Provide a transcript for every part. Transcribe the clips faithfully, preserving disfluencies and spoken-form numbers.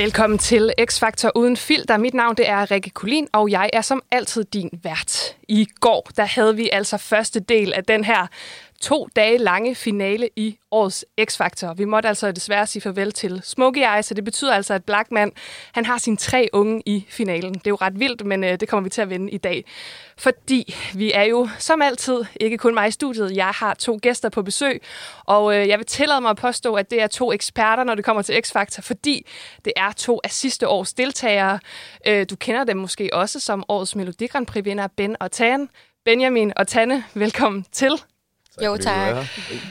Velkommen til X-Factor uden filter. Mit navn det er Rikke Kulin, og jeg er som altid din vært. I går der havde vi altså første del af den her to dage lange finale i årets X-Factor. Vi måtte altså desværre sige farvel til Smokey Eyes, og det betyder altså, at Blachman han har sine tre unge i finalen. Det er jo ret vildt, men øh, det kommer vi til at vinde i dag. Fordi vi er jo som altid ikke kun mig i studiet. Jeg har to gæster på besøg, og øh, jeg vil tillade mig at påstå, at det er to eksperter, når det kommer til X-Factor, fordi det er to af sidste års deltagere. Øh, du kender dem måske også som årets Melodi Grand Prix-vinder Ben og Tan. Benjamin og Tanne, velkommen til. Tak, jo, tak.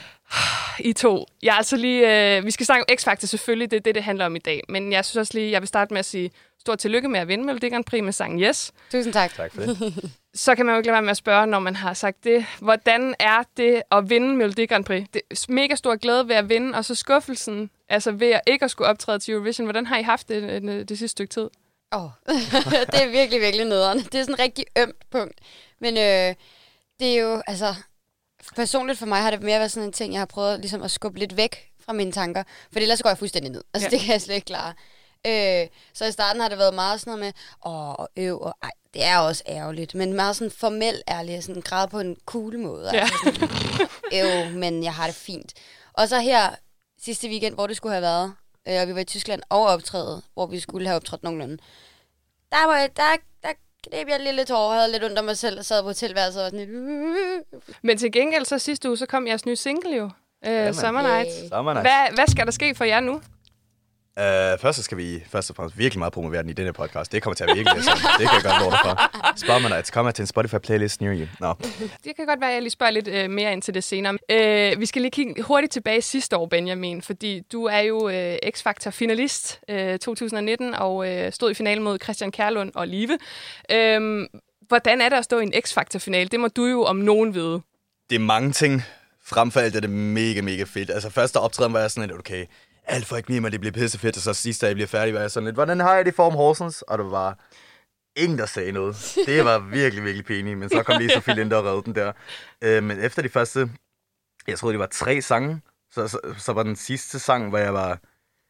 I to. Jeg er altså lige, øh, vi skal snakke om X-Factor selvfølgelig, det er det, det handler om i dag. Men jeg synes også lige, jeg vil starte med at sige stort tillykke med at vinde Melodi Grand Prix med sangen Yes. Tusind tak. Tak for det. Så kan man jo ikke lade være med at spørge, når man har sagt det. Hvordan er det at vinde Melodi Grand Prix? Det er mega stor glæde ved at vinde, og så skuffelsen, altså ved at ikke at skulle optræde til Eurovision. Hvordan har I haft det det, det sidste stykke tid? Åh, oh. Det er virkelig, virkelig nederen. Det er sådan en rigtig ømt punkt. Men øh, det er jo, altså... Personligt for mig har det mere været sådan en ting, jeg har prøvet ligesom at skubbe lidt væk fra mine tanker. For ellers går jeg fuldstændig ned. Altså, ja. Det kan jeg slet ikke klare. Øh, så i starten har det været meget sådan noget med, åh, og øv, og ej, det er også ærgerligt. Men meget sådan formelt ærligt, sådan grad på en cool måde. Ja. Altså sådan, øv, men jeg har det fint. Og så her sidste weekend, hvor det skulle have været, øh, og vi var i Tyskland og optrædet, hvor vi skulle have optrådt nogenlunde. Der var jeg, der, der knep jeg lidt tårer, havde lidt under mig selv og sad på hotelværelset og sådan lidt. Men til gengæld så sidste uge, så kom jeres nye single jo. Øh, Summer Nights. Yeah. Summer Nights. Hvad, hvad skal der ske for jer nu? Uh, først så skal vi først og fremmest virkelig meget promovere den i denne podcast. Det kommer til at virkelig det, det kan jeg godt love dig for. Summer Nights kommer til en Spotify playlist near you. No. Det kan godt være, at jeg lige spørger lidt øh, mere ind til det senere. Øh, vi skal lige kigge hurtigt tilbage sidste år, Benjamin, fordi du er jo øh, X-Factor-finalist øh, to tusind nitten og øh, stod i finalen mod Christian Kjærlund og Live. Øh, hvordan er det at stå i en X-Factor-finale? Det må du jo om nogen vide. Det er mange ting. Frem for alt er det mega, mega fedt. Altså første optræden var jeg sådan lidt, okay, alt for ikke mig, det bliver pisse fedt, og så sidst, da jeg bliver færdig, var jeg sådan lidt, hvordan har jeg det i form Horsens? Og det var ingen, der sagde noget. Det var virkelig, virkelig pinligt, men så kom lige så Linde og redde den der. Øh, men efter de første, jeg troede, det var tre sange, så, så, så var den sidste sang, hvor jeg var,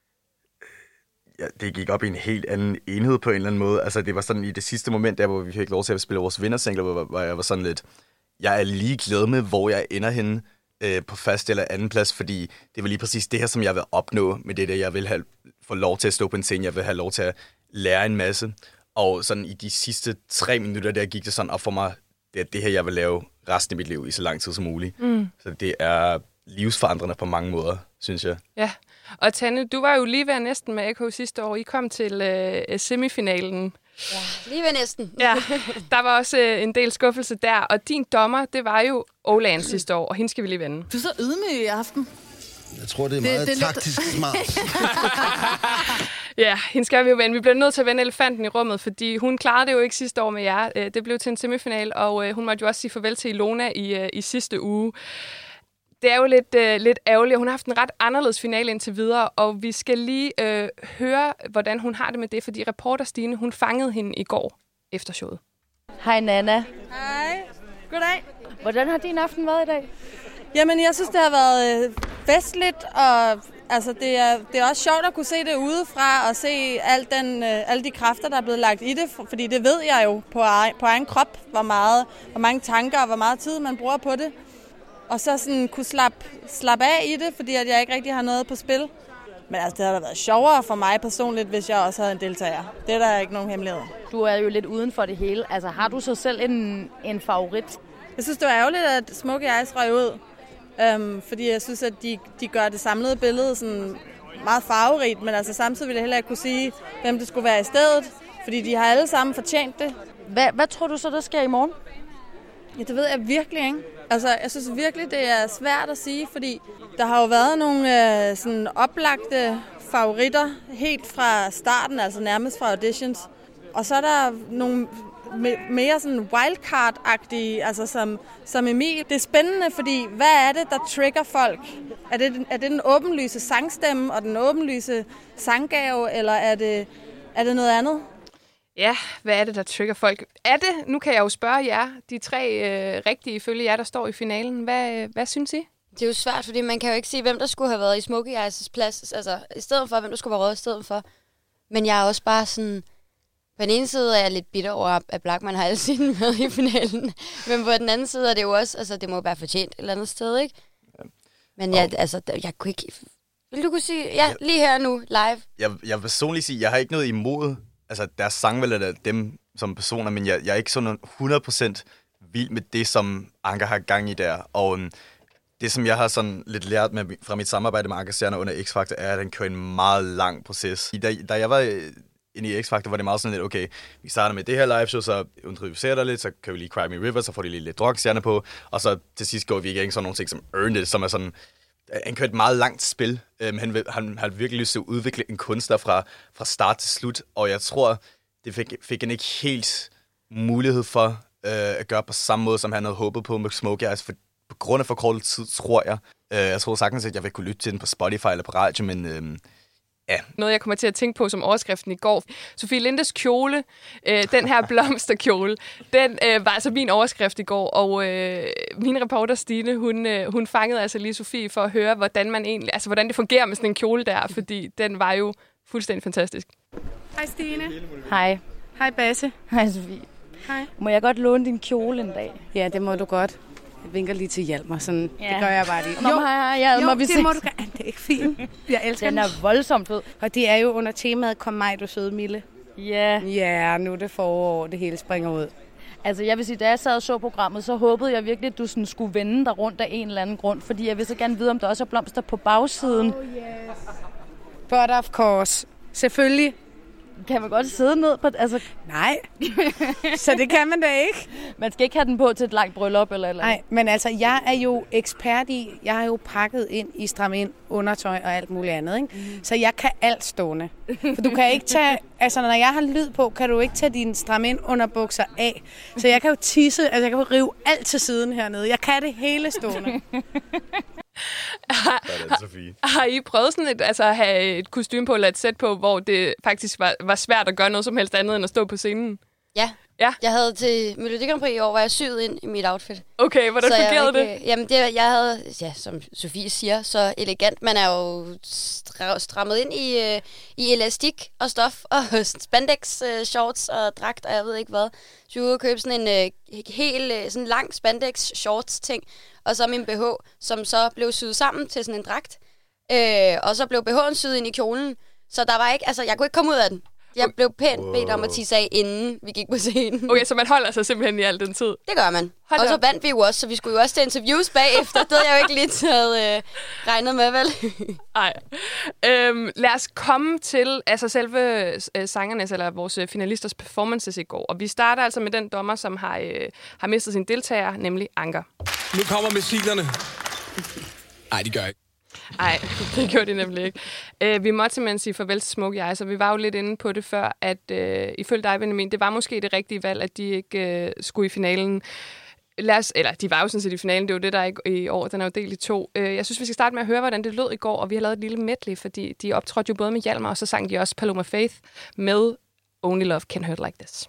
ja, det gik op i en helt anden enhed på en eller anden måde. Altså det var sådan i det sidste moment, der hvor vi fik lov til at spille vores vindersingler, hvor, hvor jeg var sådan lidt, jeg er lige glad med, hvor jeg ender henne, på første eller anden plads, fordi det var lige præcis det her, som jeg vil opnå med det der. Jeg vil have, få lov til at stå på en scene, jeg vil have lov til at lære en masse. Og sådan i de sidste tre minutter, der gik det sådan op for mig, det er det her, jeg vil lave resten af mit liv i så lang tid som muligt. Mm. Så det er livsforandrende på mange måder, synes jeg. Ja, og Tanne, du var jo lige ved næsten med Echo sidste år. I kom til øh, semifinalen. Ja, lige ved næsten. Ja, der var også øh, en del skuffelse der. Og din dommer, det var jo Olan sidste år, og hende skal vi lige vende. Du er så ydmyg i aften. Jeg tror, det er meget det, det taktisk lidt... smart. Ja, hende skal vi jo vende. Vi bliver nødt til at vende elefanten i rummet, fordi hun klarede det jo ikke sidste år med jer. Det blev til en semifinal, og hun måtte jo også sige farvel til Ilona i, i sidste uge. Det er jo lidt, øh, lidt ærgerligt. Hun har haft en ret anderledes finale indtil videre, og vi skal lige øh, høre, hvordan hun har det med det, fordi reporter Stine, hun fangede hende i går efter showet. Hej Nana. Hej. Goddag. Hvordan har din aften været i dag? Jamen, jeg synes, det har været øh, festligt, og altså, det, er, det er også sjovt at kunne se det udefra, og se al den, øh, alle de kræfter, der er blevet lagt i det, fordi det ved jeg jo på egen, på egen krop, hvor, meget, hvor mange tanker og hvor meget tid man bruger på det. Og så sådan kunne slappe, slappe af i det, fordi at jeg ikke rigtig har noget på spil. Men altså, det havde da været sjovere for mig personligt, hvis jeg også havde en deltager. Det er der ikke nogen hemmelighed. Du er jo lidt uden for det hele. Altså, har du så selv en, en favorit? Jeg synes, det var ærgerligt, at Smokey Eyes røg ud. Øhm, fordi jeg synes, at de, de gør det samlede billede sådan meget farverigt. Men altså, samtidig ville jeg heller ikke kunne sige, hvem det skulle være i stedet. Fordi de har alle sammen fortjent det. Hvad, hvad tror du så, der sker i morgen? Ja, det ved jeg virkelig ikke. Altså, jeg synes virkelig, det er svært at sige, fordi der har jo været nogle øh, sådan oplagte favoritter helt fra starten, altså nærmest fra auditions. Og så er der nogle mere sådan wildcard-agtige, altså som, som Emil. Det er spændende, fordi hvad er det, der trigger folk? Er det, er det den åbenlyse sangstemme og den åbenlyse sanggave, eller er det, er det noget andet? Ja, hvad er det, der trigger folk? Er det, nu kan jeg jo spørge jer, de tre øh, rigtige ifølge jer, der står i finalen. Hvad, hvad synes I? Det er jo svært, fordi man kan jo ikke sige, hvem der skulle have været i Smokey Eyes' plads. Altså, i stedet for, hvem der skulle være røget i stedet for. Men jeg er også bare sådan... På den ene side er jeg lidt bitter over, at Blachman har alle sine med i finalen. Men på den anden side er det jo også... Altså, det må være fortjent et eller andet sted, ikke? Ja. Men jeg, altså, jeg kunne ikke... Vil du kunne sige... Ja, ja. Lige her nu, live. Jeg, jeg vil personligt sige, jeg har ikke noget imod... Altså, deres sangvalg er dem som personer, men jeg, jeg er ikke sådan hundrede procent vild med det, som Anker har gang i der. Og um, det, som jeg har sådan lidt lært med, fra mit samarbejde med Anker Stjerner under X-Factor, er, at den kører en meget lang proces. Da, da jeg var inde i X-Factor, var det meget sådan lidt, okay, vi starter med det her liveshow, så introducerer der lidt, så kan vi lige Cry Me River, så får de lige lidt drugstjerner på, og så til sidst går vi i gang sådan nogle ting som Earned It, som er sådan... Han kører et meget langt spil. Um, han, vil, han har virkelig lyst til at udvikle en kunstner fra, fra start til slut, og jeg tror, det fik, fik han ikke helt mulighed for uh, at gøre på samme måde, som han havde håbet på med Smokey Eyes. For, på grund af forkortet tid, tror jeg. Uh, jeg tror sagtens, at jeg vil kunne lytte til den på Spotify eller på radio, men... Uh, Ja. Noget, jeg kommer til at tænke på som overskriften i går. Sofie Lindes kjole, øh, den her blomsterkjole, den øh, var altså min overskrift i går, og øh, min reporter Stine, hun, øh, hun fangede altså lige Sofie for at høre, hvordan man egentlig, altså hvordan det fungerer med sådan en kjole der, fordi den var jo fuldstændig fantastisk. Hej Stine. Hej. Hej Basse. Hej Sofie. Hej. Må jeg godt låne din kjole en dag? Ja, det må du godt. Jeg vinker lige til Hjalmar, sådan. Ja. Det gør jeg bare lige. Jo, hej, hej, Hjalmar, jo vi det ses. må du gøre. Det er ikke fint. Jeg elsker den. den. Den er voldsomt fed. Og det er jo under temaet, kom mig, du søde Mille. Ja. Ja, nu er det forår, det hele springer ud. Altså, jeg vil sige, da jeg sad og så programmet, så håbede jeg virkelig, at du sådan skulle vende dig rundt af en eller anden grund, fordi jeg vil så gerne vide, om der også er blomster på bagsiden. Oh yes. But of course. Selvfølgelig. Kan man godt sidde ned på... Altså... Nej, så det kan man da ikke. Man skal ikke have den på til et langt bryllup eller eller Nej, men altså, jeg er jo ekspert i... Jeg har jo pakket ind i stram ind, undertøj og alt muligt andet, ikke? Mm. Så jeg kan alt stående. For du kan ikke tage... Altså, når jeg har lyd på, kan du ikke tage dine stram ind underbukser af. Så jeg kan jo tisse... Altså, jeg kan jo rive alt til siden hernede. Jeg kan det hele stående. Har, har, har I prøvet sådan et, altså at have et kostume på eller et sæt på, hvor det faktisk var, var svært at gøre noget som helst andet end at stå på scenen? Ja. Ja. Jeg havde til Melodi Grand Prix i år, var jeg syet ind i mit outfit. Okay, hvordan fungerede det? Ikke, jamen, det, jeg havde, ja, som Sofie siger, så elegant. Man er jo strammet ind i, uh, i elastik og stof, og spandex uh, shorts og dragt, og jeg ved ikke hvad. Så jeg var ude og købe sådan en uh, helt uh, sådan lang spandex shorts ting, og så min B H, som så blev syet sammen til sådan en dragt. Uh, og så blev B H'en syet ind i kjolen, så der var ikke, altså jeg kunne ikke komme ud af den. Jeg blev pænt wow. bedt om at tisse af, inden vi gik på scenen. Okay, så man holder sig simpelthen i al den tid? Det gør man. Hold og så op. vandt vi jo også, så vi skulle jo også til interviews bagefter. Det havde jeg jo ikke lige taget øh, regnet med, vel? Nej. Øhm, lad os komme til altså selve øh, sangernes, eller vores øh, finalisters performances i går. Og vi starter altså med den dommer, som har, øh, har mistet sin deltager, nemlig Anker. Nu kommer missilerne. Nej, de gør ikke. Nej, det gjorde de nemlig ikke. Uh, vi måtte simpelthen sige farvel til Smokey Eyes, og vi var jo lidt inde på det før, at uh, ifølge dig, Benjamin, det var måske det rigtige valg, at de ikke uh, skulle i finalen. Lad os, eller de var jo sådan set i finalen, det er jo det, der er i, i år, den er jo delt i to. Uh, jeg synes, vi skal starte med at høre, hvordan det lød i går, og vi har lavet et lille medley, fordi de optrådte jo både med Hjalmar, og så sang de også Paloma Faith med Only Love Can Hurt Like This.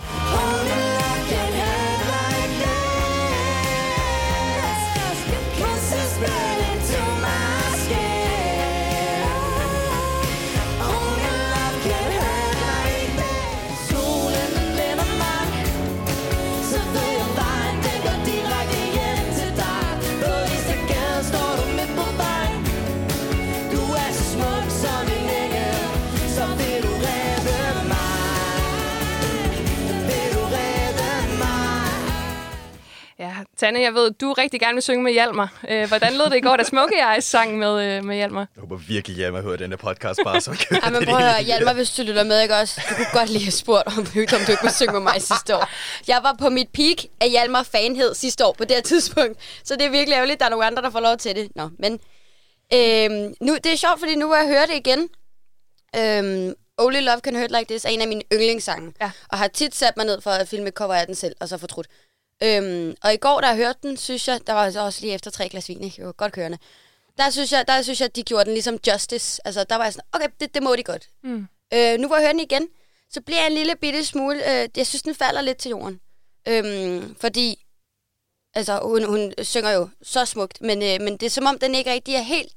Ja, Tanne, jeg ved, du rigtig gerne vil synge med Hjalmar. Øh, hvordan lød det i går, da Smokey Eyes sang med, øh, med Hjalmar? Jeg håber virkelig, Hjalmar hører den her podcast bare, så kan ja, men prøv at høre, Hjalmar, hvis du lytter med, ikke også? Du kunne godt lige have spurgt, om, om du ikke må synge med mig sidste år. Jeg var på mit peak af Hjalmar fanhed sidste år på det her tidspunkt, så det er virkelig ærgerligt, at der er nogle andre, der får lov til det. Nå, men øhm, nu, det er sjovt, fordi nu hvor jeg hører det igen, øhm, Only Love Can Hurt Like This er en af mine yndlingssange, ja. og har tit sat mig ned for at filme cover af den selv, og så fortrudt. Øhm, og i går, da jeg hørte den, synes jeg, der var også lige efter tre glas vin, ikke? Jeg var godt kørende. Der synes jeg, der synes jeg, at de gjorde den ligesom justice. Altså, der var jeg sådan, okay, det, det må de godt. Mm. Øh, nu hvor jeg hører den igen, så bliver jeg en lille bitte smule, øh, jeg synes, den falder lidt til jorden. Øhm, fordi, altså, hun, hun synger jo så smukt, men, øh, men det er som om, den ikke rigtig er helt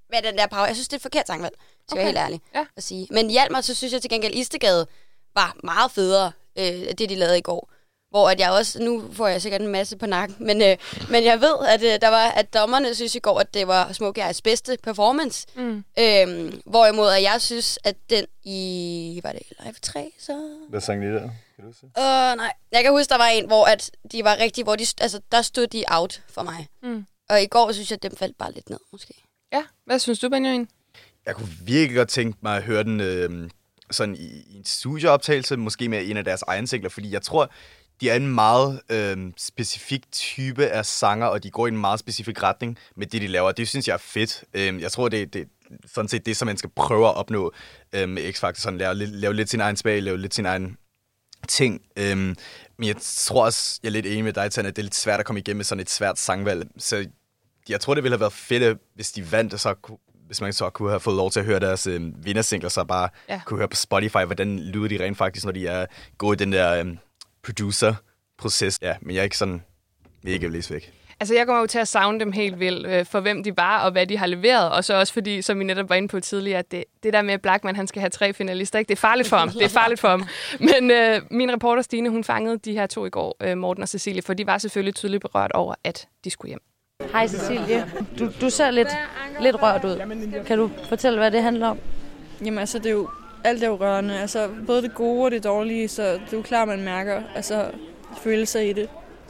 med den der power. Jeg synes, det er et forkert sangvalg, skal okay. jeg være helt ærlig ja. at sige. Men hjalp mig, så synes jeg til gengæld, Istegade var meget federe, øh, det de lavede i går. Hvor at jeg også, nu får jeg sikkert en masse på nakken, men, øh, men jeg ved, at, øh, der var, at dommerne synes i går, at det var Smokey Eyes bedste performance. Mm. Øhm, hvorimod at jeg synes, at den i, var det Live tre, så? Hvad sang de der? Kan du se? Øh, nej. Jeg kan huske, der var en, hvor at de var rigtig, hvor de, altså, der stod de out for mig. Mm. Og i går synes jeg, at dem faldt bare lidt ned, måske. Ja, hvad synes du, Benjamin? Jeg kunne virkelig godt tænke mig at høre den øh, sådan i, i en studieoptagelse, måske med en af deres egne singler, fordi jeg tror, de er en meget øh, specifik type af sanger, og de går i en meget specifik retning med det, de laver. Det synes jeg er fedt. Øh, jeg tror, det, det er sådan set det, som man skal prøve at opnå øh, med X-Factor. Sådan lave, lave lidt sin egen smag, lave lidt sin egen ting. Øh, men jeg tror også, jeg er lidt enig med dig, Tanja, at det er lidt svært at komme igennem med sådan et svært sangvalg. Så jeg tror, det ville have været fedt, hvis de vandt, så hvis man så kunne have fået lov til at høre deres øh, vindersingler, så bare ja. kunne høre på Spotify, hvordan lyder de rent faktisk, når de er gået i den der øh, producer-proces. Ja, men jeg er ikke sådan mega blæst væk. Altså, jeg kommer jo til at savne dem helt vildt øh, for, hvem de var og hvad de har leveret. Og så også fordi, som vi netop var inde på tidligere, at det, det der med, at Blachman, han skal have tre finalister, ikke? Det er farligt for ham. Det er farligt for ham. Men øh, min reporter Stine, hun fangede de her to i går, øh, Morten og Cecilie, for de var selvfølgelig tydeligt berørt over, at de skulle hjem. Hej Cecilie. Du, du ser lidt, lidt rørt ud. Kan du fortælle, hvad det handler om? Jamen altså, det er jo, alt er jo rørende. Altså, både det gode og det dårlige, så det er jo klart, man mærker altså, følelser i det.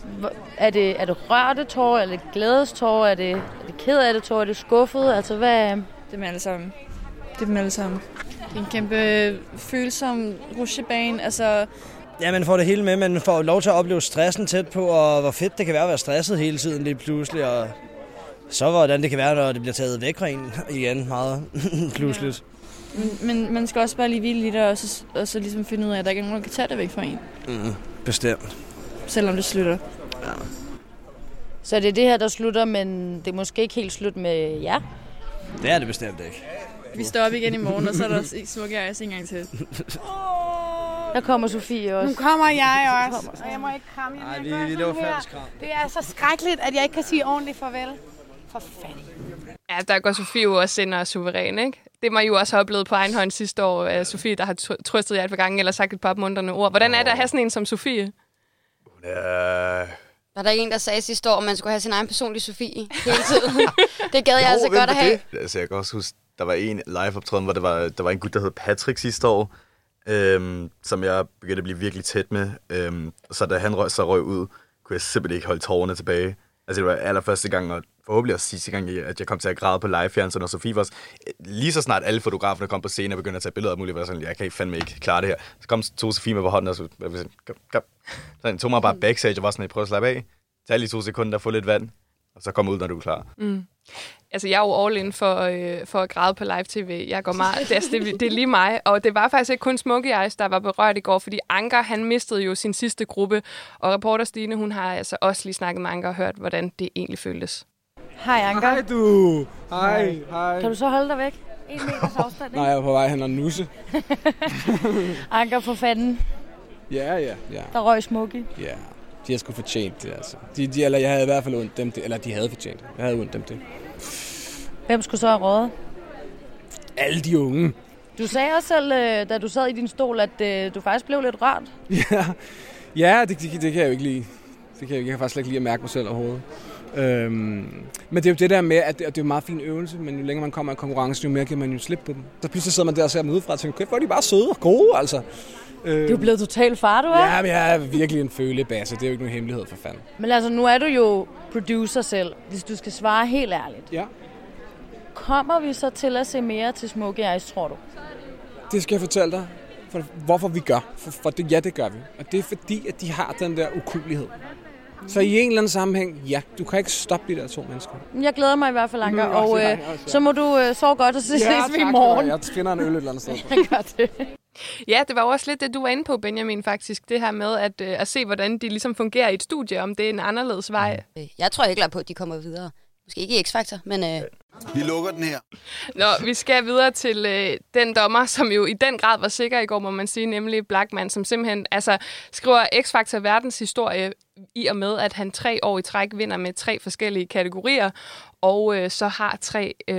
Er det, er det rørte tårer, er det glædestårer, er det, er det ked af det tårer, er det skuffet? Altså, hvad? Det er dem alle sammen. Det er dem alle sammen. Det er en kæmpe følsom rutsjebane, altså. Ja, man får det hele med. Man får lov til at opleve stressen tæt på, og hvor fedt det kan være at være stresset hele tiden lige pludselig, og så hvordan det kan være, når det bliver taget væk fra en igen meget pludseligt. Ja. Men, men man skal også bare lige hvile i det, og så, og så ligesom finde ud af, at der ikke er nogen, der kan tage det væk fra en. Mm, bestemt. Selvom det slutter. Ja. Så det er det her, der slutter, men det er måske ikke helt slut med jer? Det er det bestemt ikke. Vi står op igen i morgen, og så er der Smokey Eyes en gang til. Der kommer Sofie også. Nu kommer jeg også, og jeg må ikke kramme. Nej, vi, vi laver fælles kram. Det er så skrækkeligt, at jeg ikke kan sige ordentligt farvel. For fanden. Ja, der går Sofie jo også ind og suveræn, ikke? Det må I jo også have oplevet på egen hånd sidste år, uh, Sofie, der har trøstet jer et par gange, eller sagt et par opmuntrende ord. Hvordan er det at have sådan en som Sofie? Uh... Var der ikke en, der sagde sidste år, at man skulle have sin egen personlige Sofie hele tiden? Det gad jeg jo, altså godt at have. Det? Altså, jeg kan også huske, der var en live-optræden, hvor der var, der var en gut, der hed Patrick sidste år, øhm, som jeg begyndte at blive virkelig tæt med. Øhm, så da han røg, så røg ud, kunne jeg simpelthen ikke holde tårerne tilbage. Altså, det var allerførste gang, og forhåbentlig også sidste gang, at jeg kom til at græde på live-fjernsyn, og Sofie var også, lige så snart alle fotograferne kom på scenen og begyndte at tage billeder af muligt, var sådan, jeg kan fandme ikke klare det her. Så kom to Sofie med på hånden, og så, så han tog mig bare backstage og var sådan, jeg prøver at slappe af. Tag lige to sekunder, få lidt vand, og så kom ud, når du er klar. Mm. Altså, jeg er jo all in for, øh, for at græde på live-tv. Jeg går meget, det, altså, det, det er lige mig. Og det var faktisk ikke kun Smokey Eyes, der var berørt i går, fordi Anker, han mistede jo sin sidste gruppe. Og reporter Stine, hun har altså også lige snakket med Anker og hørt, hvordan det egentlig føltes. Hej Anker. Hej du. Hej, hej. Kan du så holde dig væk? En meters afstand, ikke? Nej, jeg er på vej hen og nusse. Anker for fanden. Ja, ja, ja. Der røg Smokey. Ja, de har sgu fortjent det, altså. De, de, eller jeg havde i hvert fald ondt dem det, eller de havde fortjent det. Jeg havde ondt dem det. Hvem skulle så have røget? Alle de unge. Du sagde også selv, da du sad i din stol, at du faktisk blev lidt rørt. Ja, ja det, det, det kan jeg jo ikke lide. Det kan jeg, jeg kan faktisk ikke lide at mærke mig selv overhovedet. Øhm, men det er jo det der med, at det, at det er en meget fin øvelse, men jo længere man kommer i konkurrencen, jo mere kan man jo slippe på dem. Så pludselig sidder man der og ser dem udefra og tænker, kæft, hvor er de bare søde og gode, altså. Øhm, du er blevet totalt far, du er? Ja, men jeg er virkelig en følebasse. Det er jo ikke nogen hemmelighed for fanden. Men altså, nu er du jo producer selv, hvis du skal svare helt ærligt. Ja. Kommer vi så til at se mere til Smokey Eyes, tror du? Det skal jeg fortælle dig, for, hvorfor vi gør. For, for det, ja, det gør vi. Og det er fordi, at de har den der ukulighed. Så i en eller anden sammenhæng, ja, du kan ikke stoppe de der to mennesker. Jeg glæder mig i hvert fald, Anker, og øh, så må du øh, sove godt, og så ja, ses vi i morgen. Jeg finder en øl et eller andet sted. Jeg gør det. Ja, det var også lidt det, du var inde på, Benjamin, faktisk. Det her med at, øh, at se, hvordan de ligesom fungerer i et studie, om det er en anderledes vej. Jeg tror ikke på, at de kommer videre. Måske ikke i X-Factor, men... Øh... Vi lukker den her. Nå, vi skal videre til øh, den dommer, som jo i den grad var sikker i går, må man sige, nemlig Blachman, som simpelthen altså, skriver X-Factor verdenshistorie i og med, at han tre år i træk vinder med tre forskellige kategorier, og øh, så har tre øh,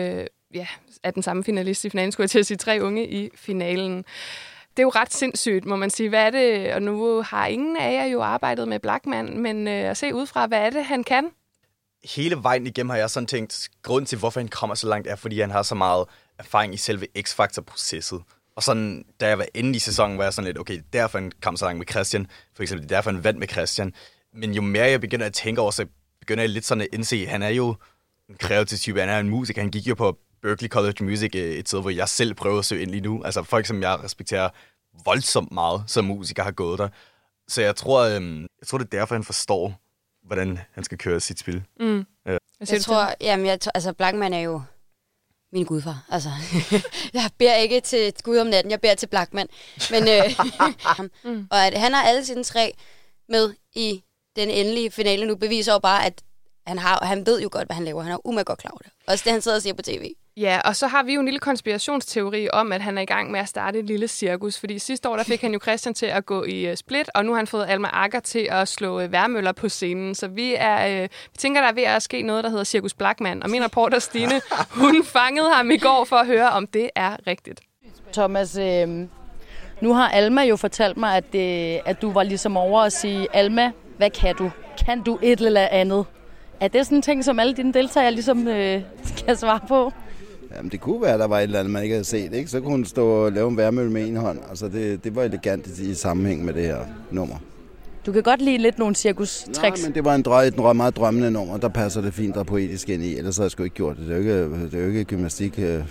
ja, er den samme finalist i finalen, skulle jeg til at sige, tre unge i finalen. Det er jo ret sindssygt, må man sige. Hvad er det? Og nu har ingen af jer jo arbejdet med Blachman, men øh, at se udefra, hvad er det, han kan? Hele vejen igennem har jeg sådan tænkt, grunden til, hvorfor han kommer så langt, er, fordi han har så meget erfaring i selve X-Factor-processet. Og sådan, da jeg var inde i sæsonen, var jeg sådan lidt, okay, derfor han kom så langt med Christian. For eksempel, derfor han vandt med Christian. Men jo mere jeg begynder at tænke over, så begynder jeg lidt sådan at indse, at han er jo en kreativ type, han er en musiker. Han gik jo på Berklee College of Music et sted, hvor jeg selv prøver at søge ind lige nu. Altså folk, som jeg respekterer voldsomt meget, som musiker har gået der. Så jeg tror, øhm, jeg tror det er derfor, han forstår, hvordan han skal køre sit spil. Mm. Ja. Jeg tror, jamen, jeg tror, altså Blachman er jo min gudfar. Altså, jeg beder ikke til Gud om natten, jeg beder til Blachman. Men, øh, mm. og at han har alle sine tre med i den endelige finale nu, beviser jo bare, at han, har, han ved jo godt, hvad han laver. Han er umiddelbart godt klar over det. Også det, han sidder og siger på tv. Ja, og så har vi jo en lille konspirationsteori om, at han er i gang med at starte et lille cirkus. Fordi sidste år, der fik han jo Christian til at gå i uh, split, og nu har han fået Alma Agger til at slå uh, værmøller på scenen. Så vi, er, uh, vi tænker, der er ved at ske noget, der hedder Cirkus Blachman. Og min reporter Stine, hun fangede ham i går for at høre, om det er rigtigt. Thomas, øh, nu har Alma jo fortalt mig, at, øh, at du var ligesom over at sige, Alma, hvad kan du? Kan du et eller andet? Er det sådan en ting, som alle dine deltagere ligesom øh, kan svare på? Jamen, det kunne være, at der var et eller andet, man ikke havde set, ikke? Så kunne hun stå og lave en værmølle med en hånd. Altså, det, det var elegant i sammenhæng med det her nummer. Du kan godt lide lidt nogle cirkus-tricks. Nej, men det var en, drø- et drø- meget drømmende nummer, der passer det fint og poetisk ind i. Ellers havde jeg sgu ikke gjort det. Det er jo ikke, det er jo ikke gymnastik. Øh.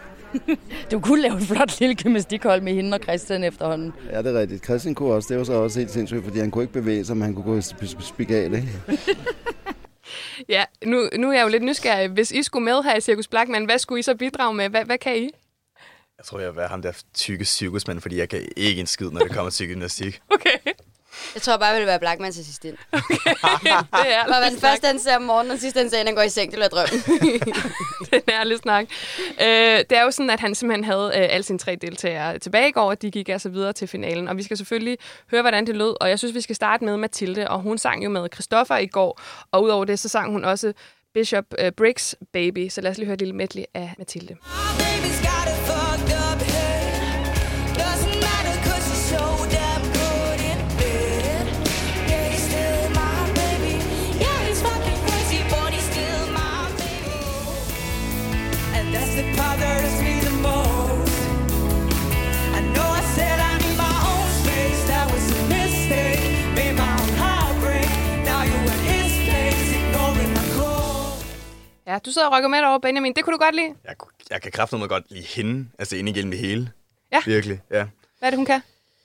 Du kunne lave et flot lille gymnastikhold med hende og Christian efterhånden. Ja, det er rigtigt. Christian kunne også. Det var så også helt sindssygt, fordi han kunne ikke bevæge sig, men han kunne gå i spigale. Ja, nu, nu er jeg jo lidt nysgerrig. Hvis I skulle med her i Cirkus Blachman, hvad skulle I så bidrage med? Hvad, hvad kan I? Jeg tror, jeg vil være ham der tykke cirkusmand, fordi jeg kan ikke en skid, når det kommer til gymnastik. Okay. Jeg tror bare, jeg vil være Blachmans assistent. Okay, det er Bare den første, han ser om morgenen, og den sidste, han ser, han går i seng, det bliver drømmen. Det er en ærlig snak. Øh, det er jo sådan, at han simpelthen havde øh, alle sine tre deltagere tilbage i går, og de gik altså videre til finalen. Og vi skal selvfølgelig høre, hvordan det lød. Og jeg synes, vi skal starte med Mathilde, og hun sang jo med Christoffer i går. Og udover det, så sang hun også Bishop øh, Briggs' Baby. Så lad os lige høre et lille medley af Mathilde. Ja, du sidder og rykker med derovre, Benjamin. Det kunne du godt lide? Jeg, jeg kan kraftedeme godt lide hende, altså ind igennem det hele. Ja. Virkelig, ja. Hvad er det, hun kan?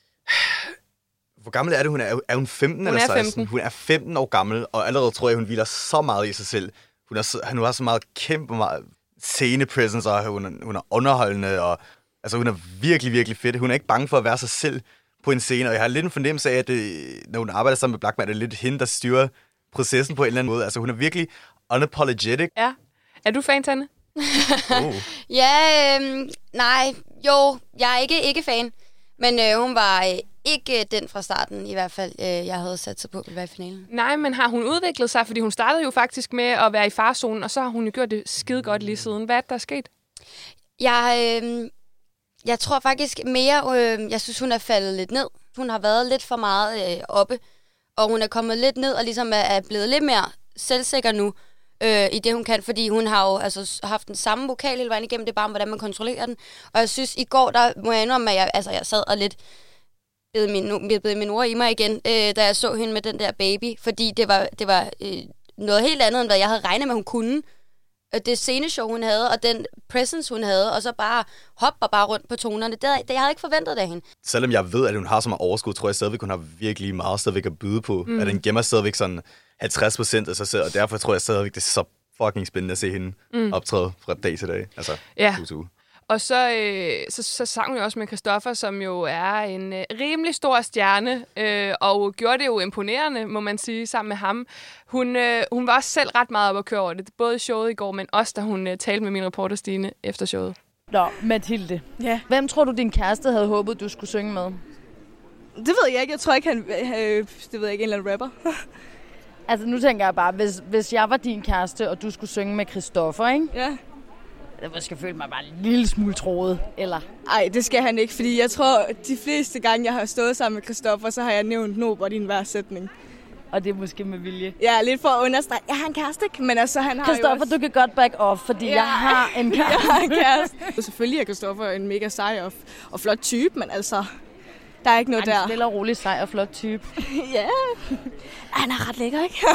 Hvor gammel er det, hun er? Er hun femten hun eller er seksten? femten. Hun er femten år gammel, og allerede tror jeg, hun hviler så meget i sig selv. Hun, er så, hun har så meget kæmpe meget scene-presence, og hun er, hun er underholdende, og altså, hun er virkelig, virkelig fedt. Hun er ikke bange for at være sig selv på en scene, og jeg har lidt en fornemmelse af, at det, når hun arbejder sammen med Blachman, er det lidt hende, der styrer processen på en eller anden måde. Altså, hun er virkelig unapologetic. Ja. Er du fan, Tanne? oh. Ja, øh, nej, jo, jeg er ikke, ikke fan. Men øh, hun var øh, ikke den fra starten, i hvert fald, øh, jeg havde sat sig på at være i finalen. Nej, men har hun udviklet sig? Fordi hun startede jo faktisk med at være i farzonen, og så har hun jo gjort det skide godt lige siden. Hvad er der sket? Jeg, øh, jeg tror faktisk mere, øh, jeg synes, hun er faldet lidt ned. Hun har været lidt for meget øh, oppe, og hun er kommet lidt ned og ligesom er, er blevet lidt mere selvsikker nu. Øh, i det, hun kan, fordi hun har jo altså, haft den samme vokal hele vejen igennem, det er bare, hvordan man kontrollerer den. Og jeg synes, i går, der må jeg indrømme, at jeg, altså, jeg sad og lidt bed min, bed min ord i mig igen, øh, da jeg så hende med den der baby, fordi det var, det var øh, noget helt andet, end hvad jeg havde regnet med, hun kunne. Det sceneshow, hun havde, og den presence, hun havde, og så bare hopper bare rundt på tonerne. Det, det jeg havde ikke forventet af hende. Selvom jeg ved, at hun har så meget overskud, tror jeg stadigvæk, hun har virkelig meget stadigvæk at byde på. Mm. At den gemmer stadigvæk sådan halvtreds procent af sig selv, og derfor tror jeg stadigvæk, det er så fucking spændende at se hende mm. optræde fra dag til dag. Altså, ja. uge til uge. Og så, øh, så, så sang hun jo også med Christoffer, som jo er en øh, rimelig stor stjerne, øh, og gjorde det jo imponerende, må man sige, sammen med ham. Hun, øh, hun var også selv ret meget op at køre over det, både i showet i går, men også da hun øh, talte med min reporter Stine efter showet. Nå, Mathilde. Ja. Hvem tror du, din kæreste havde håbet, du skulle synge med? Det ved jeg ikke. Jeg tror ikke, han... Øh, det ved jeg ikke, en eller anden rapper. Altså, nu tænker jeg bare, hvis, hvis jeg var din kæreste, og du skulle synge med Christoffer, ikke? Ja. Jeg måske føle mig bare en lille smule troet, eller? Ej, det skal han ikke, fordi jeg tror, de fleste gange, jeg har stået sammen med Christoffer, så har jeg nævnt Nobert i en hver sætning. Og det er måske med vilje. Ja, lidt for at understrege. Jeg har en kæreste, men altså han har Christoffer, jo også... du kan godt back off, fordi ja. jeg har en kæreste. Jeg har en kæreste. Selvfølgelig er Christoffer en mega sej og, og flot type, men altså... Der er ikke noget der. En stille og rolig, sej og flot type. Ja, han er ret lækker, ikke?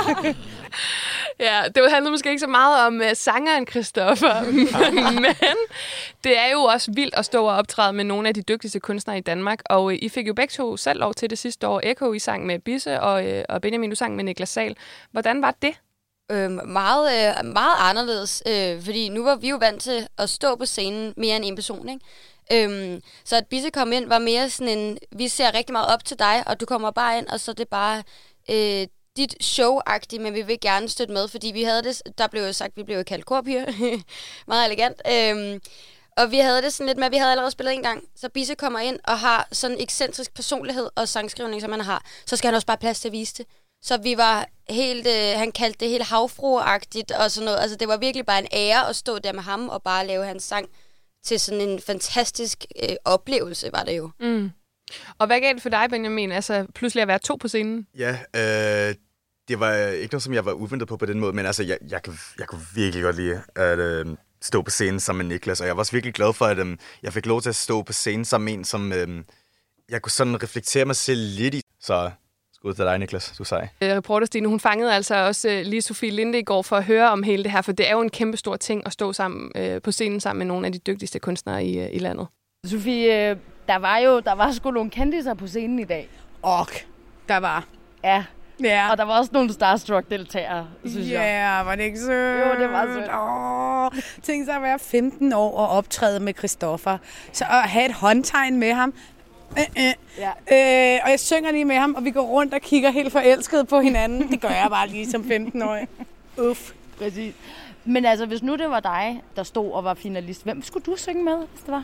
Ja, det handler måske ikke så meget om uh, sangeren Christoffer, men det er jo også vildt at stå og optræde med nogle af de dygtigste kunstnere i Danmark, og uh, I fik jo begge to selv lov til det sidste år. Echo, I sang med Bisse, og, uh, og Benjamin, du sang med Niklas Sahl. Hvordan var det? Øh, meget, øh, meget anderledes, øh, fordi nu var vi jo vant til at stå på scenen mere end en person, ikke? Øhm, så at Bisse kom ind var mere sådan en, vi ser rigtig meget op til dig, og du kommer bare ind, og så er det bare øh, dit show-agtigt, men vi vil gerne støtte med, fordi vi havde det, der blev jo sagt, vi blev jo kaldt korpiger, meget elegant, øhm, og vi havde det sådan lidt med, at vi havde allerede spillet en gang, så Bisse kommer ind og har sådan en ekscentrisk personlighed og sangskrivning, som han har, så skal han også bare plads til at vise det. Så vi var helt, øh, han kaldte det helt havfruagtigt og sådan noget, altså det var virkelig bare en ære at stå der med ham og bare lave hans sang til sådan en fantastisk øh, oplevelse, var det jo. Mm. Og hvad gav det for dig, Benjamin? Altså pludselig at være to på scenen? Ja, øh, det var ikke noget, som jeg var uventet på på den måde, men altså, jeg, jeg, kunne, jeg kunne virkelig godt lide at øh, stå på scenen sammen med Niklas, og jeg var også virkelig glad for, at øh, jeg fik lov til at stå på scenen sammen med en, som øh, jeg kunne sådan reflektere mig selv lidt i. Så skud til dig, Niklas. Du er sej. Reporter Stine, hun fangede altså også øh, lige Sofie Linde i går for at høre om hele det her, for det er jo en kæmpe stor ting at stå sammen øh, på scenen sammen med nogle af de dygtigste kunstnere i, øh, i landet. Sofie, øh, der var jo der var sgu nogle kendiser på scenen i dag. Ok, der var. Ja. Ja. Og der var også nogle starstruck-deltagere, synes yeah, jeg. Ja, var det ikke sødt? Jo, det var sødt. Åh, tænk sig at være femten år og optræde med Christoffer. Så at have et håndtegn med ham. Øh, øh. Ja. Øh, og jeg synger lige med ham, og vi går rundt og kigger helt forelsket på hinanden. Det gør jeg bare lige som femten-årig. Uff. Præcis. Men altså, hvis nu det var dig, der stod og var finalist, hvem skulle du synge med, hvis det var?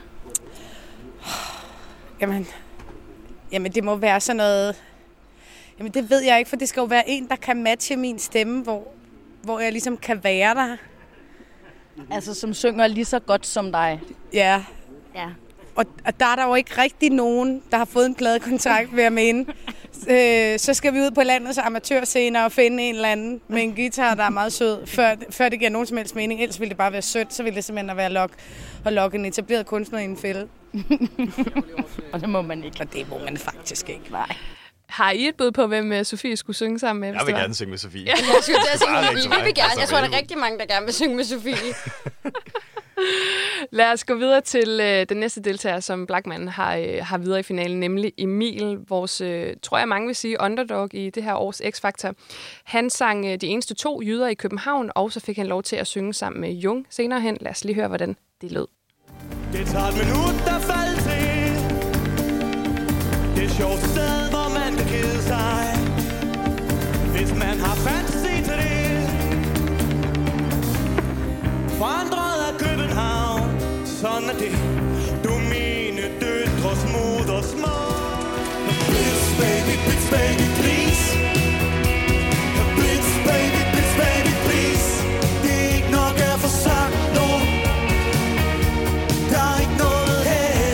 Jamen, jamen det må være sådan noget... Jamen det ved jeg ikke, for det skal jo være en, der kan matche min stemme, hvor, hvor jeg ligesom kan være der. Altså som synger lige så godt som dig? Ja. Ja. Og, og der er der jo ikke rigtig nogen, der har fået en pladekontrakt, vil jeg mene. Øh, så skal vi ud på landets amatørscener og finde en eller anden med en guitar, der er meget sød, før, før det giver nogen som helst mening. Ellers ville det bare være sødt, så ville det simpelthen være lok og lokke en etableret kunstner i en fælde. Og det må man ikke. Og det må man faktisk ikke. Nej. Har I et bud på, hvem Sofie skulle synge sammen med? Jeg vil gerne synge med Sofie. Ja. Jeg skulle til at synge med Sofie. Vi vil gerne. Jeg tror, der er rigtig mange, der gerne vil synge med Sofie. Lad os gå videre til øh, den næste deltager, som Blachman har, øh, har videre i finalen, nemlig Emil, vores, øh, tror jeg mange vil sige, underdog i det her års X-Factor. Han sang øh, de eneste to jyder i København, og så fik han lov til at synge sammen med Jung senere hen. Lad os lige høre, hvordan det lød. Det tager et minut, der falder til. Det er sjovt sted, hvor man kan kede sig, hvis man har fantasi til det. Forandret af København, sådan er det. Du mine døtres moder små. Blitz, baby, blitz, baby, please. Blitz, baby, blitz, baby, please. Det er ikke nok at få sagt nu. Der er ikke noget her.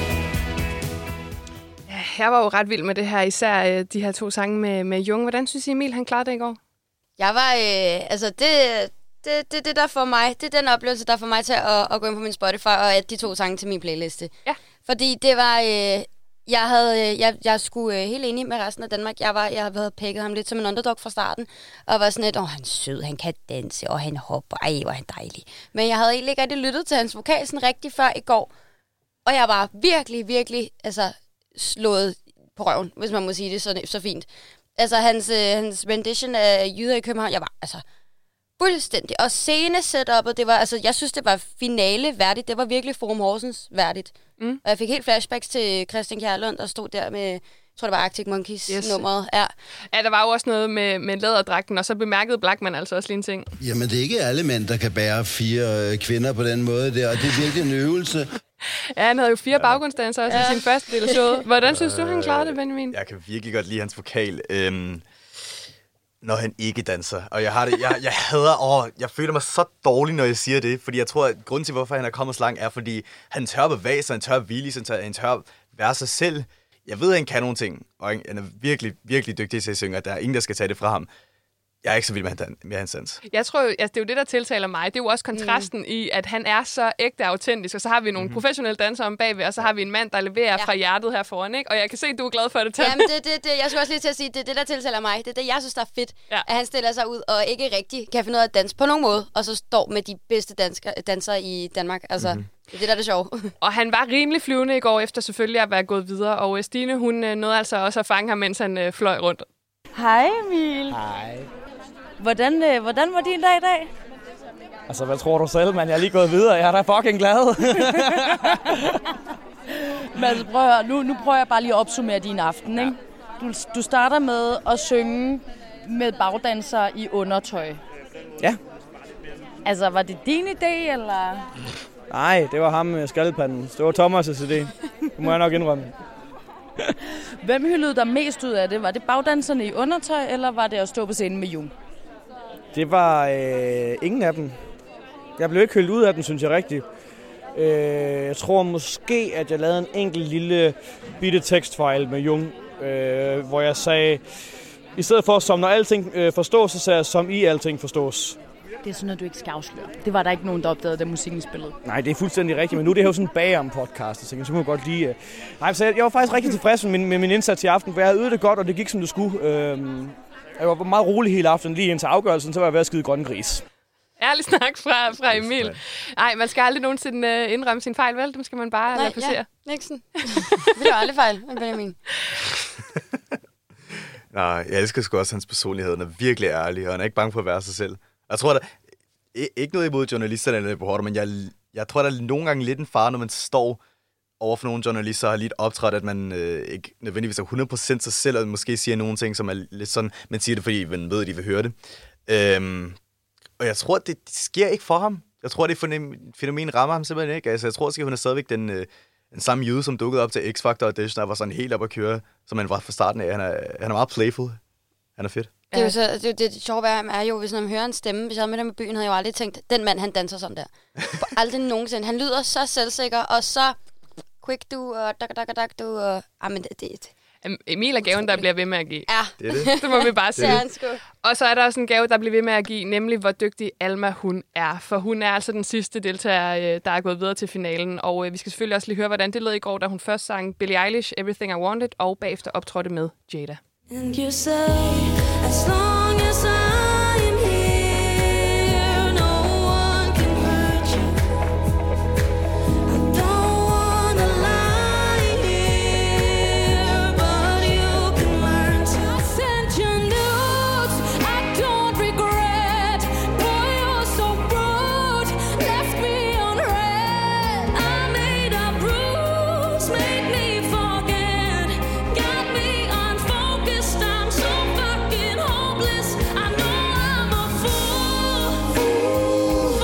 Ja, jeg var jo ret vild med det her, især øh, de her to sange med, med Jung. Hvordan synes I, Emil, han klarede det i går? Jeg var, øh, altså det... Det, det, det der for mig, det er den oplevelse, der får mig til at, at gå ind på min Spotify og adde de to sange til min playliste. Ja. Fordi det var, øh, jeg havde, jeg, jeg skulle øh, helt enig med resten af Danmark. Jeg var, jeg havde pækket ham lidt som en underdog fra starten, og var sådan lidt, åh, han er sød, han kan danse, og han hopper, ej, hvor er han dejlig. Men jeg havde egentlig ikke rigtig lyttet til hans vokal sådan rigtig før i går, og jeg var virkelig, virkelig, altså, slået på røven, hvis man må sige det så, så fint. Altså, hans, øh, hans rendition af Jyder i København, jeg var, altså, fuldstændig. Og scene-setup'et, det var, altså, jeg synes, det var finale værdigt. Det var virkelig Forum Horsens værdigt. Mm. Og jeg fik helt flashbacks til Christian Kjærlund, der stod der med, jeg tror, det var Arctic Monkeys yes. nummeret. Ja. Ja, der var jo også noget med, med læderdragten, og så bemærkede Blachman altså også lige en ting. Jamen, det er ikke alle mænd, der kan bære fire kvinder på den måde der, og det er virkelig en øvelse. Ja, han havde jo fire baggrundsdanser også ja. i sin første del af showet. Hvordan synes du, han klarede det, Benjamin? Jeg kan virkelig godt lide hans vokal. Øhm når han ikke danser. Og jeg har det, jeg, jeg hader, åh, jeg føler mig så dårlig, når jeg siger det, fordi jeg tror, at grunden til, hvorfor han er kommet så langt, er, fordi han tør bevæge sig, han tør hvile, han tør, han tør være sig selv. Jeg ved, at han kan nogle ting, og han er virkelig, virkelig dygtig til at synge, og der er ingen, der skal tage det fra ham. Jeg er ikke så vild med, han, med hans sans. Jeg tror, altså, det er jo det, der tiltaler mig. Det er jo også kontrasten mm. i, at han er så ægte autentisk, og så har vi nogle mm-hmm. professionelle dansere om bagved, og så har vi en mand, der leverer ja. fra hjertet her foran, ikke? Og jeg kan se, at du er glad for det, Tanja. Jamen, det, det, det, jeg skulle også lige til at sige, det er det, der tiltaler mig. Det er det, jeg synes, der er fedt, ja. at han stiller sig ud og ikke rigtig kan finde ud af at danse på nogen måde, og så står med de bedste dansker, dansere i Danmark. Altså, mm-hmm. det er det, der er det sjove. Og han var rimelig flyvende i går, efter selvfølgelig at være gået videre, og Stine, hun nåede altså også at fange ham, mens han øh, fløj rundt. Hej, Emil. Hej. Hvordan, øh, hvordan var din dag i dag? Altså, hvad tror du selv, mand? Jeg er lige gået videre. Jeg er da fucking glad. Men altså, prøv at høre, nu, nu prøver jeg bare lige at opsummere din aften, ikke? Du, du starter med at synge med bagdansere i undertøj. Ja. Altså, var det din idé, eller? Nej, det var ham med skalpanden. Det var Thomas' idé. Det må jeg nok indrømme. Hvem hyldede dig mest ud af det? Var det bagdanserne i undertøj, eller var det at stå på scenen med Jung? Det var øh, ingen af dem. Jeg blev ikke hyldet ud af dem, synes jeg rigtigt. Øh, jeg tror måske, at jeg lavede en enkelt lille bitte tekstfejl med Jung, øh, hvor jeg sagde, i stedet for som når alting øh, forstås, så sagde jeg, som i alting forstås. Det er sådan, at du ikke skal afsløre. Det var der ikke nogen, der opdagede, da musikken spillede. Nej, det er fuldstændig rigtigt, men nu er det jo sådan en bagom podcast, så må jeg godt lide. Uh... Nej, så jeg, jeg var faktisk rigtig tilfreds med min, med min indsats i aften, for jeg havde ydet det godt, og det gik som det skulle. Øhm, jeg var meget rolig hele aftenen, lige indtil afgørelsen, så var jeg ved at skide grønne gris. Ærlig snak fra, fra Emil. Nej, man skal aldrig nogensinde uh, indrømme sin fejl, vel? Dem skal man bare Nej, lade passere. Ja, Nixon. Det var aldrig fejl, Benjamin. Nej, jeg elsker sgu også hans personlighed. Han er virkelig ærlig, og han er ikke bange for at være sig selv. Jeg tror, der ikke noget imod journalisterne eller reporter, men jeg, jeg tror, der er nogle gange lidt en fare, når man står over for nogle journalister og har lidt optrådt, at man øh, ikke nødvendigvis er hundrede procent sig selv, og måske siger nogle ting, som er lidt sådan, man siger det, fordi man ved, at de vil høre det. Øhm, og jeg tror, det, det sker ikke for ham. Jeg tror, det fænomen rammer ham simpelthen ikke. Altså, jeg tror, at hun er stadigvæk den, øh, den samme jyde, som dukkede op til X-Factor audition, der var sådan helt op at køre, som han var fra starten af. Han er, han er meget playful. Han er fedt. Det er jo så, det, det sjove er jo, hvis man hører en stemme, hvis jeg havde med dem i byen, havde jeg jo aldrig tænkt, den mand, han danser sådan der. Aldrig nogensinde. Han lyder så selvsikker, og så quick du, og dak, dak, dak, du, og... Ah, men det, det. Emil er gaven, der bliver ved med at give. Ja. Det er det. Det må vi bare sige. Det. Og så er der også en gave, der bliver ved med at give, nemlig hvor dygtig Alma hun er. For hun er altså den sidste deltager, der er gået videre til finalen. Og vi skal selvfølgelig også lige høre, hvordan det lød i går, da hun først sang Billie Eilish, Everything I Wanted, og bagefter optrådte med Jada. And you say, as long as I am here, no one can hurt you. I don't wanna lie here, but you can learn to send your notes. I don't regret, boy, you're so rude. Left me unread, I made a bruise, made me forget, got me unfocused. I'm so fucking hopeless. I know I'm a fool. Fool,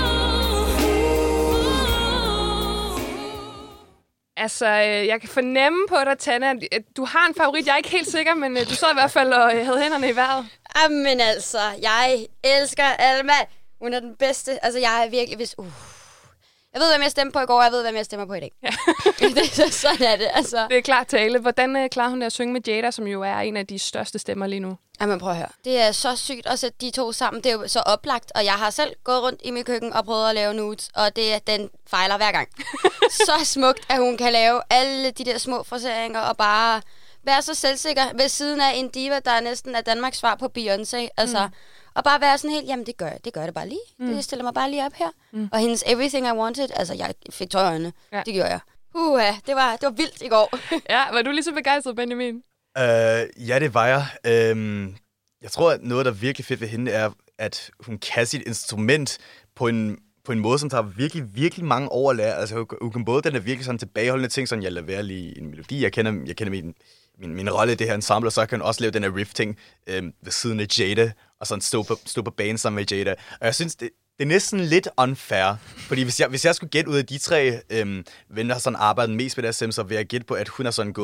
fool, fool. Altså, øh, jeg kan fornemme på dig, Tanja, at du har en favorit. Jeg er ikke helt sikker, men øh, du sad i hvert fald og øh, havde hænderne i vejret. Jamen altså, jeg elsker Alma. Hun er den bedste. Altså, jeg er virkelig... Hvis, uh. Jeg ved, hvem jeg stemte på i går, og jeg ved, hvem jeg stemmer på i dag. Ja. det, sådan er det, altså. Det er klart tale. Hvordan øh, klarer hun det at synge med Jada, som jo er en af de største stemmer lige nu? Jamen, prøv at høre. Det er så sygt at sætte de to sammen. Det er jo så oplagt, og jeg har selv gået rundt i mit køkken og prøvet at lave nudes, og det, den fejler hver gang. Så smukt, at hun kan lave alle de der små fraseringer og bare være så selvsikker ved siden af en diva, der er næsten er Danmarks svar på Beyoncé. Altså, mm. og bare være sådan helt, jamen det gør jeg, det gør jeg det bare lige. Mm. Det stiller mig bare lige op her. Mm. Og hendes Everything I Wanted, altså jeg fik tøj i øjnene. Ja. Det gjorde jeg. Uha, det var, det var vildt i går. Ja, var du lige så begejstret, Benjamin? Uh, ja, det var jeg. Uh, jeg tror, at noget, der er virkelig fedt ved hende, er, at hun kan sit instrument på en, på en måde, som tager virkelig, virkelig mange år at lære. Altså, hun kan både den er virkelig sådan tilbageholdende ting, sådan jeg lader være lige en melodi. Jeg kender, jeg kender min, min, min rolle i det her ensemble, og så kan hun også lave den her riff-ting øh, ved siden af Jada, og sådan stå på, stå på banen sammen med Jada. Og jeg synes, det, det er næsten lidt unfair, fordi hvis jeg, hvis jeg skulle gætte ud af de tre øh, venner, der har sådan arbejdet mest med deres stemme, så vil jeg gætte på, at hun har sådan gået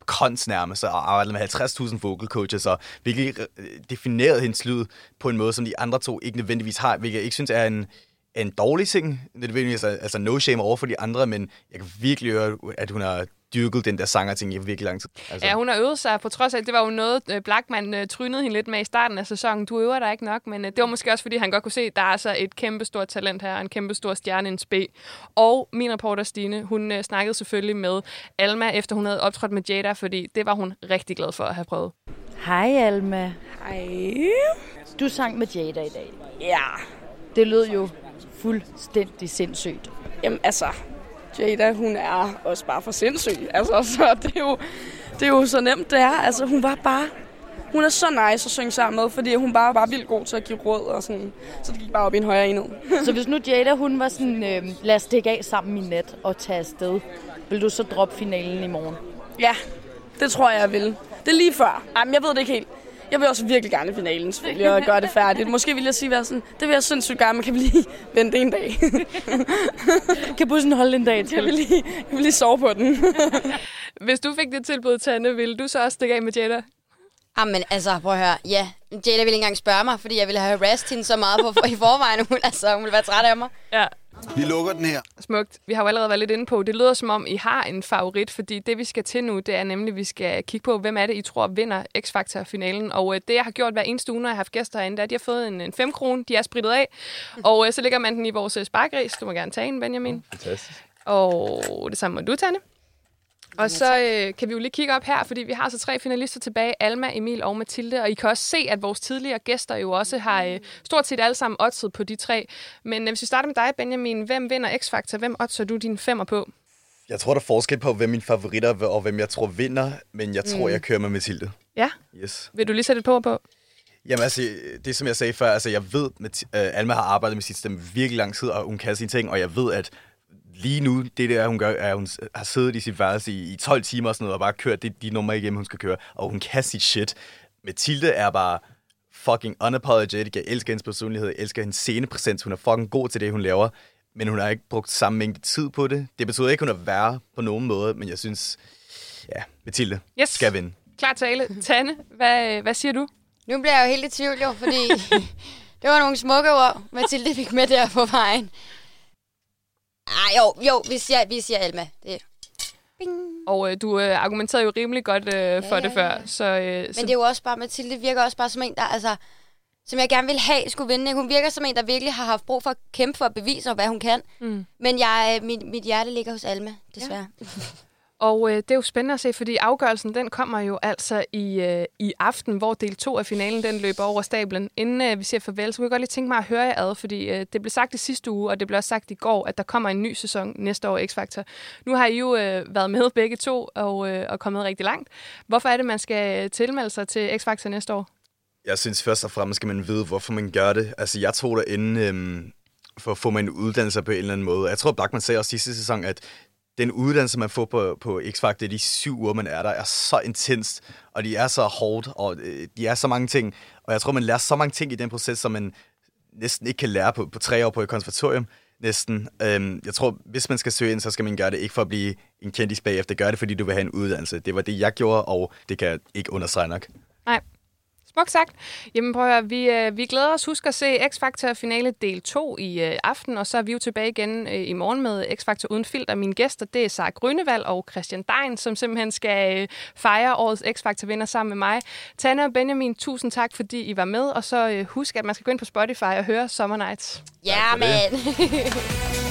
kons nærmest, og arbejdede med halvtreds tusind vocal coaches, og virkelig definerede hendes lyd på en måde, som de andre to ikke nødvendigvis har, hvilket jeg ikke synes er en, en dårlig ting, nødvendigvis, altså no shame over for de andre, men jeg kan virkelig høre, at hun har dyrket den der sanger-ting i virkelig lang tid. Altså. Ja, hun har øvet sig på trods af, det var jo noget, Blachman uh, trynede hende lidt med i starten af sæsonen. Du øver dig ikke nok, men uh, det var måske også, fordi han godt kunne se, at der er altså et kæmpe stort talent her, en kæmpe stor stjerne, en spe. Og min reporter Stine, hun uh, snakkede selvfølgelig med Alma, efter hun havde optrådt med Jada, fordi det var hun rigtig glad for at have prøvet. Hej Alma. Hej. Du sang med Jada i dag. Ja. Det lød jo fuldstændig sindssygt. Jamen altså, Jada, hun er også bare for sindssyg. Altså, så det er jo, det er jo så nemt, det er. Altså, hun var bare... Hun er så nice at synge sammen med, fordi hun bare var vildt god til at give råd og sådan. Så det gik bare op i en højere enhed. Så hvis nu Jada, hun var sådan, øh, lad os stikke af sammen i nat og tage afsted, vil du så droppe finalen i morgen? Ja, det tror jeg, jeg vil. Det er lige før. Jamen, jeg ved det ikke helt. Jeg vil også virkelig gerne i finalen, selvfølgelig, og gøre det færdigt. Måske vil jeg sige, være sådan, det vil jeg sindssygt gerne, men kan vi lige vente en dag? Kan bussen holde en dag til? Kan vi lige, kan vi lige sove på den? Hvis du fik det tilbud, Tanne, ville du så også stikke af med Jada? Jamen, altså, prøv at høre. Ja, Jada ville ikke engang spørge mig, fordi jeg ville have harassed hende så meget på, i forvejen. Hun, altså, hun ville være træt af mig. Ja. Vi lukker den her. Smukt. Vi har jo allerede været lidt inde på, det lyder som om, I har en favorit, fordi det, vi skal til nu, det er nemlig, at vi skal kigge på, hvem er det, I tror vinder X-Factor-finalen. Og øh, det, jeg har gjort hver eneste uge, når jeg har haft gæster herinde, det er, at de har fået en, en fem krone, de er spritet af, og øh, så lægger man den i vores sparkris. Du må gerne tage en, Benjamin. Fantastisk. Og det samme må du, Tanne. Og så øh, kan vi jo lige kigge op her, fordi vi har så tre finalister tilbage, Alma, Emil og Mathilde. Og I kan også se, at vores tidligere gæster jo også har øh, stort set alle sammen oddset på de tre. Men øh, hvis vi starter med dig, Benjamin, hvem vinder X-Factor? Hvem oddser du dine femmer på? Jeg tror, der er forskel på, hvem mine favoritter er, og hvem jeg tror vinder, men jeg tror, Mm. jeg kører med Mathilde. Ja? Yes. Vil du lige sætte et på på? Jamen altså, det som jeg sagde før, altså jeg ved, at uh, Alma har arbejdet med sit stemme virkelig lang tid, og hun kan sine ting, og jeg ved, at lige nu, det der, hun gør, er, at hun har siddet i sit værelse i, i tolv timer og sådan noget, og bare kørt det, de numre igennem, hun skal køre, og hun kan sit shit. Mathilde er bare fucking unapologetic. Jeg elsker hendes personlighed, jeg elsker hendes scenepræsens, hun er fucking god til det, hun laver, men hun har ikke brugt samme mængde tid på det. Det betyder ikke, hun er værre på nogen måde, men jeg synes, ja, Mathilde yes. skal vinde. Klar tale. Tanne, hvad, hvad siger du? Nu bliver jeg jo helt i tvivl, jo, fordi det var nogle smukke ord, Mathilde fik med der på vejen. Ah, jo, jo, vi siger, vi siger Alma. Det. Bing. Og øh, du øh, argumenterede jo rimelig godt øh, for ja, det ja, før. Så, øh, Men så... det er jo også bare, Mathilde virker også bare som en, der, altså, som jeg gerne vil have, skulle vinde. Hun virker som en, der virkelig har haft brug for at kæmpe for at bevise, hvad hun kan. Mm. Men jeg, mit, mit hjerte ligger hos Alma, desværre. Ja. Og øh, det er jo spændende at se, fordi afgørelsen, den kommer jo altså i, øh, i aften, hvor del to af finalen, den løber over stablen. Inden øh, vi siger farvel, så kunne jeg godt lige tænke mig at høre jer ad, fordi øh, det blev sagt i sidste uge, og det blev også sagt i går, at der kommer en ny sæson næste år i X-Factor. Nu har I jo øh, været med begge to og, øh, og kommet rigtig langt. Hvorfor er det, man skal tilmelde sig til X-Factor næste år? Jeg synes først og fremmest skal man vide, hvorfor man gør det. Altså, jeg tog derinde øhm, for at få mig en uddannelse på en eller anden måde. Jeg tror, Blachman sagde også sidste sæson, at den uddannelse, man får på, på X-Factor, de syv uger, man er der, er så intenst, og de er så hårdt, og øh, de er så mange ting. Og jeg tror, man lærer så mange ting i den proces, som man næsten ikke kan lære på, på tre år på et konservatorium. Næsten. Øhm, jeg tror, hvis man skal søge ind, så skal man gøre det ikke for at blive en kendis bagefter. Gør det, fordi du vil have en uddannelse. Det var det, jeg gjorde, og det kan jeg ikke understrege nok. Nej. Smukt sagt. Jamen prøv at høre, vi, øh, vi glæder os. Husk at se X-Factor finale del to i øh, aften, og så er vi jo tilbage igen øh, i morgen med X-Factor uden filter. Mine gæster, det er Sara Grønevald og Christian Dein, som simpelthen skal øh, fejre årets X-Factor-vinder sammen med mig. Tanne og Benjamin, tusind tak, fordi I var med, og så øh, husk, at man skal gå ind på Spotify og høre Summer Nights. Ja, yeah, man!